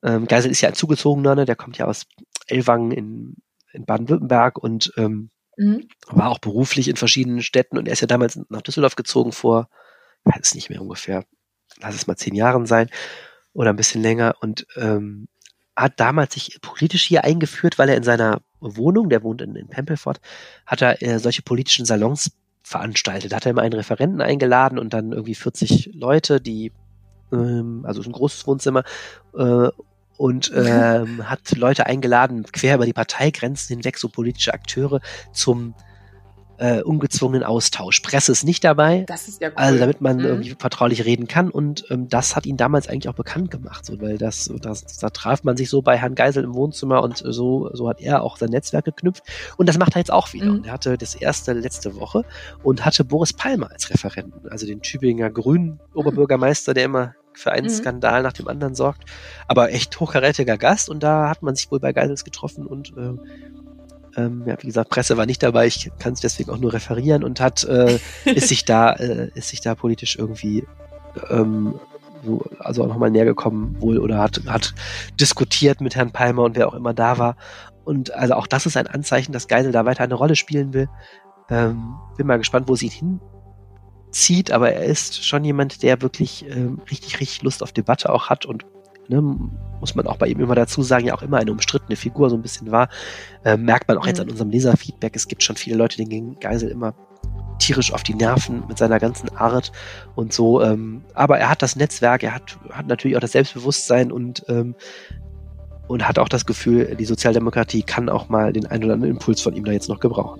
Ähm, Geisel ist ja ein Zugezogener, ne? Der kommt ja aus Ellwangen in, in Baden-Württemberg und ähm, mhm. war auch beruflich in verschiedenen Städten und er ist ja damals nach Düsseldorf gezogen vor, ich weiß es nicht mehr ungefähr, lass es mal zehn Jahren sein oder ein bisschen länger und ähm, hat damals sich politisch hier eingeführt, weil er in seiner Wohnung, der wohnt in, in Pempelfort, hat er äh, solche politischen Salons veranstaltet. Da hat er immer einen Referenten eingeladen und dann irgendwie vierzig Leute, die, ähm, also ein großes Wohnzimmer, äh, und ähm, hat Leute eingeladen, quer über die Parteigrenzen hinweg, so politische Akteure, zum äh, ungezwungenen Austausch. Presse ist nicht dabei, das ist ja cool. Also damit man mhm. irgendwie vertraulich reden kann und ähm, das hat ihn damals eigentlich auch bekannt gemacht, so, weil das, das, da traf man sich so bei Herrn Geisel im Wohnzimmer und so, so hat er auch sein Netzwerk geknüpft und das macht er jetzt auch wieder. Mhm. Und er hatte das erste letzte Woche und hatte Boris Palmer als Referenten, also den Tübinger Grünen Oberbürgermeister, der immer für einen mhm. Skandal nach dem anderen sorgt, aber echt hochkarätiger Gast und da hat man sich wohl bei Geisels getroffen und äh, ähm, ja, wie gesagt, Presse war nicht dabei, ich kann es deswegen auch nur referieren und hat äh, ist sich da äh, ist sich da politisch irgendwie ähm, so, also auch nochmal näher gekommen wohl oder hat, hat diskutiert mit Herrn Palmer und wer auch immer da war und also auch das ist ein Anzeichen, dass Geisel da weiter eine Rolle spielen will. Ähm, bin mal gespannt, wo sie ihn hinzieht, aber er ist schon jemand, der wirklich ähm, richtig, richtig Lust auf Debatte auch hat und ne, muss man auch bei ihm immer dazu sagen, ja auch immer eine umstrittene Figur so ein bisschen war, äh, merkt man auch mhm. jetzt an unserem Leserfeedback, es gibt schon viele Leute, denen ging Geisel immer tierisch auf die Nerven mit seiner ganzen Art und so, ähm, aber er hat das Netzwerk, er hat, hat natürlich auch das Selbstbewusstsein und ähm, und hat auch das Gefühl, die Sozialdemokratie kann auch mal den einen oder anderen Impuls von ihm da jetzt noch gebrauchen.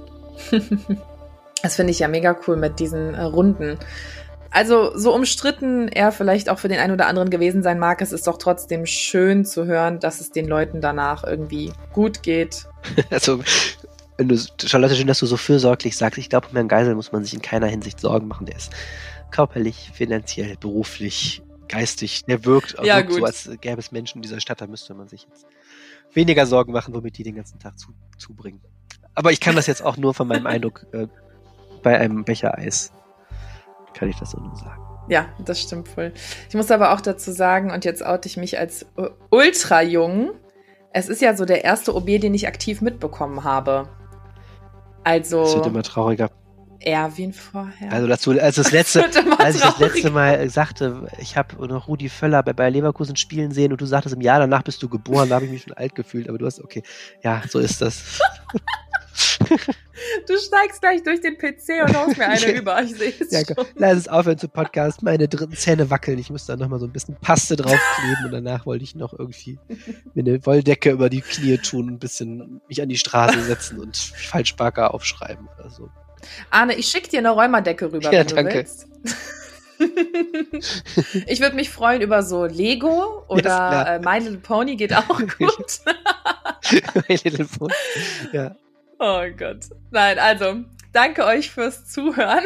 Das finde ich ja mega cool mit diesen äh, Runden. Also so umstritten er vielleicht auch für den einen oder anderen gewesen sein mag, es ist doch trotzdem schön zu hören, dass es den Leuten danach irgendwie gut geht. Also, wenn du, Charlotte, schön, dass du so fürsorglich sagst. Ich glaube, um Herrn Geisel muss man sich in keiner Hinsicht Sorgen machen. Der ist körperlich, finanziell, beruflich, geistig. Der wirkt, ja, wirkt gut. so, als gäbe es Menschen in dieser Stadt. Da müsste man sich jetzt weniger Sorgen machen, womit die den ganzen Tag zu, zubringen. Aber ich kann das jetzt auch nur von meinem Eindruck äh, bei einem Becher Eis kann ich das so nur sagen. Ja, das stimmt voll. Ich muss aber auch dazu sagen, und jetzt oute ich mich als uh, ultra jung, es ist ja so der erste O B, den ich aktiv mitbekommen habe. Also. Es wird immer trauriger. Erwin vorher. Also, dass du, als, das letzte, als ich das letzte Mal sagte, ich habe noch Rudi Völler bei Bayer Leverkusen spielen sehen und du sagtest, im Jahr danach bist du geboren, da habe ich mich schon alt gefühlt, aber du hast, okay, ja, so ist das. Du steigst gleich durch den P C und haust mir eine über. Ich sehe es ja, schon. Lass es aufhören zu Podcast. Meine dritten Zähne wackeln. Ich muss da nochmal so ein bisschen Paste draufkleben und danach wollte ich noch irgendwie mir eine Wolldecke über die Knie tun, ein bisschen mich an die Straße setzen und Falschparker aufschreiben oder so. Arne, ich schicke dir eine Rheumadecke rüber, ja, wenn du danke. willst. Ich würde mich freuen über so Lego oder ja, äh, My Little Pony geht auch gut. My Little Pony, ja. Oh Gott. Nein, also, danke euch fürs Zuhören.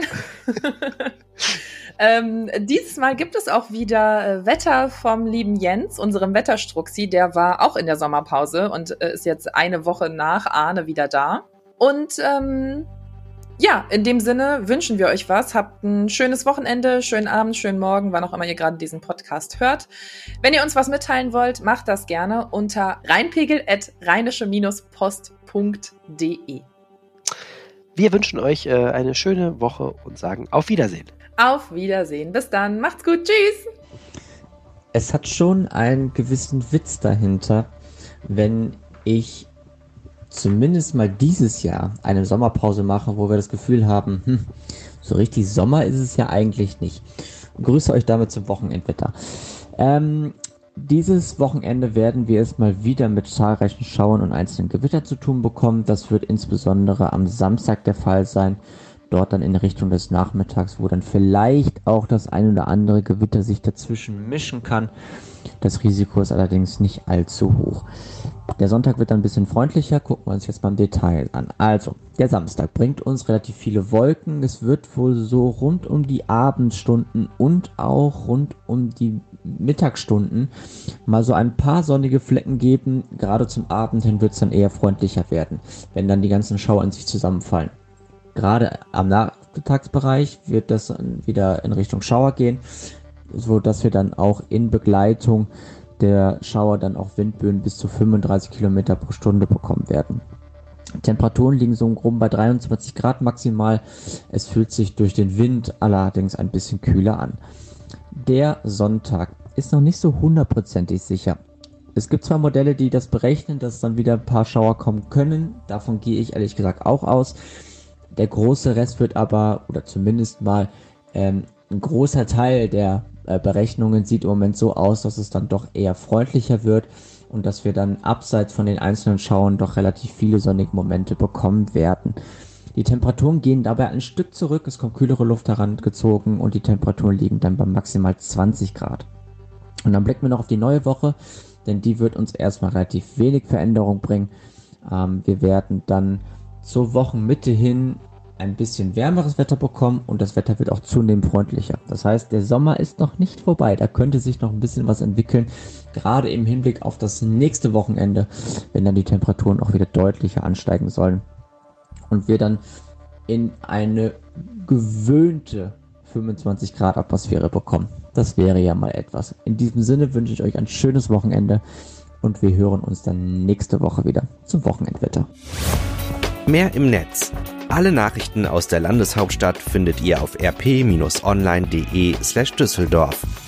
ähm, dieses Mal gibt es auch wieder äh, Wetter vom lieben Jens, unserem Wetterstruxi. Der war auch in der Sommerpause und äh, ist jetzt eine Woche nach Arne wieder da. Und ähm, ja, in dem Sinne wünschen wir euch was. Habt ein schönes Wochenende, schönen Abend, schönen Morgen, wann auch immer ihr gerade diesen Podcast hört. Wenn ihr uns was mitteilen wollt, macht das gerne unter rheinpegel at rheinische Post punkt de. Wir wünschen euch äh, eine schöne Woche und sagen auf Wiedersehen. Auf Wiedersehen. Bis dann. Macht's gut. Tschüss. Es hat schon einen gewissen Witz dahinter, wenn ich zumindest mal dieses Jahr eine Sommerpause mache, wo wir das Gefühl haben, hm, so richtig Sommer ist es ja eigentlich nicht. Grüße euch damit zum Wochenendwetter. Ähm, Dieses Wochenende werden wir es mal wieder mit zahlreichen Schauern und einzelnen Gewitter zu tun bekommen. Das wird insbesondere am Samstag der Fall sein. Dort dann in Richtung des Nachmittags, wo dann vielleicht auch das ein oder andere Gewitter sich dazwischen mischen kann. Das Risiko ist allerdings nicht allzu hoch. Der Sonntag wird dann ein bisschen freundlicher. Gucken wir uns jetzt mal im Detail an. Also, der Samstag bringt uns relativ viele Wolken. Es wird wohl so rund um die Abendstunden und auch rund um die Mittagsstunden mal so ein paar sonnige Flecken geben. Gerade zum Abend hin wird es dann eher freundlicher werden, wenn dann die ganzen Schauer in sich zusammenfallen. Gerade am Nachmittagsbereich wird das wieder in Richtung Schauer gehen, so dass wir dann auch in Begleitung der Schauer dann auch Windböen bis zu fünfunddreißig Kilometer pro Stunde bekommen werden. Temperaturen liegen so im Groben bei dreiundzwanzig Grad maximal. Es fühlt sich durch den Wind allerdings ein bisschen kühler an. Der Sonntag ist noch nicht so hundertprozentig sicher. Es gibt zwar Modelle, die das berechnen, dass dann wieder ein paar Schauer kommen können. Davon gehe ich ehrlich gesagt auch aus. Der große Rest wird aber, oder zumindest mal ähm, ein großer Teil der äh, Berechnungen sieht im Moment so aus, dass es dann doch eher freundlicher wird und dass wir dann abseits von den einzelnen Schauern doch relativ viele sonnige Momente bekommen werden. Die Temperaturen gehen dabei ein Stück zurück, es kommt kühlere Luft herangezogen und die Temperaturen liegen dann bei maximal zwanzig Grad. Und dann blicken wir noch auf die neue Woche, denn die wird uns erstmal relativ wenig Veränderung bringen. Ähm, wir werden dann zur Wochenmitte hin ein bisschen wärmeres Wetter bekommen und das Wetter wird auch zunehmend freundlicher. Das heißt, der Sommer ist noch nicht vorbei, da könnte sich noch ein bisschen was entwickeln, gerade im Hinblick auf das nächste Wochenende, wenn dann die Temperaturen auch wieder deutlicher ansteigen sollen und wir dann in eine gewöhnte fünfundzwanzig Grad Atmosphäre bekommen. Das wäre ja mal etwas. In diesem Sinne wünsche ich euch ein schönes Wochenende und wir hören uns dann nächste Woche wieder zum Wochenendwetter. Mehr im Netz. Alle Nachrichten aus der Landeshauptstadt findet ihr auf r p Bindestrich online punkt de slash Düsseldorf.